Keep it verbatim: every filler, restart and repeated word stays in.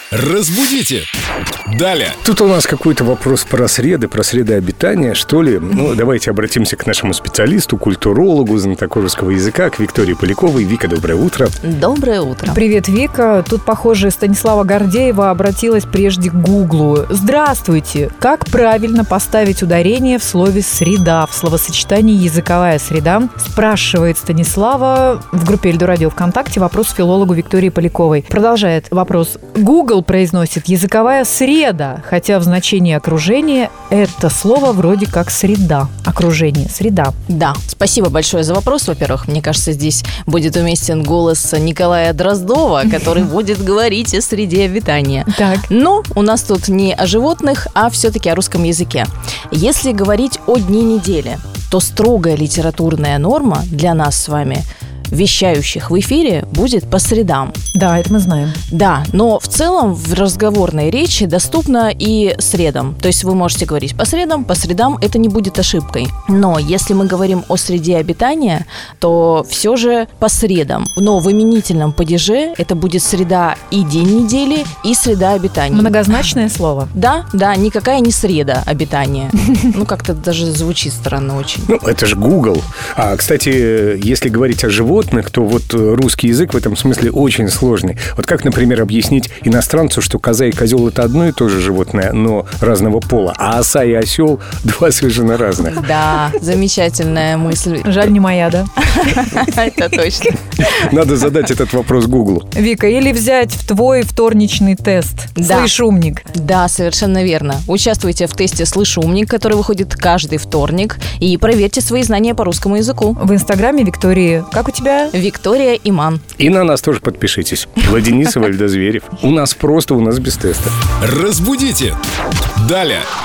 Разбудите! Далее! Тут у нас какой-то вопрос про среды, про среды обитания, что ли. Ну, давайте обратимся к нашему специалисту, культурологу, знатоку русского языка, к Виктории Поляковой. Вика, доброе утро. Доброе утро. Привет, Вика. Тут, похоже, Станислава Гордеева обратилась прежде к Гуглу. Здравствуйте. Как правильно поставить ударение в слове «среда» в словосочетании «языковая среда»? Спрашивает Станислава в группе Эльдо Радио ВКонтакте вопрос филологу Виктории Поляковой. Продолжает вопрос. Google произносит «языковая среда», хотя в значении окружения это слово вроде как «среда». Окружение, среда. Да, спасибо большое за вопрос. Во-первых, мне кажется, здесь будет уместен голос Николая Дроздова, который будет говорить о среде обитания. Так. Но у нас тут не о животных, а все-таки о русском языке. Если говорить о дне недели, то строгая литературная норма для нас с вами, вещающих в эфире, будет по средам. Да, это мы знаем. Да, но в целом в разговорной речи доступно и средам. То есть вы можете говорить по средам, по средам это не будет ошибкой. Но если мы говорим о среде обитания, то все же по средам. Но в именительном падеже это будет среда и день недели, и среда обитания. Многозначное слово. Да, да, никакая не среда обитания. Ну, как-то даже звучит странно очень. Ну, это же Google. А, кстати, если говорить о животных, то вот русский язык в этом смысле очень сложный. Вот как, например, объяснить иностранцу, что коза и козел – это одно и то же животное, но разного пола, а оса и осел – два совершенно разных. Да, замечательная мысль. Жаль, не моя, да? Это точно. Надо задать этот вопрос Гуглу. Вика, или взять в твой вторничный тест. Да. «Слышь, умник». Да, совершенно верно. Участвуйте в тесте «Слышь, умник», который выходит каждый вторник, и проверьте свои знания по русскому языку. В инстаграме Виктории. Как у тебя? Виктория Иман. И на нас тоже подпишитесь. Владенисова, Эльдо Зверев. У нас просто, у нас без теста. Разбудите! Далее!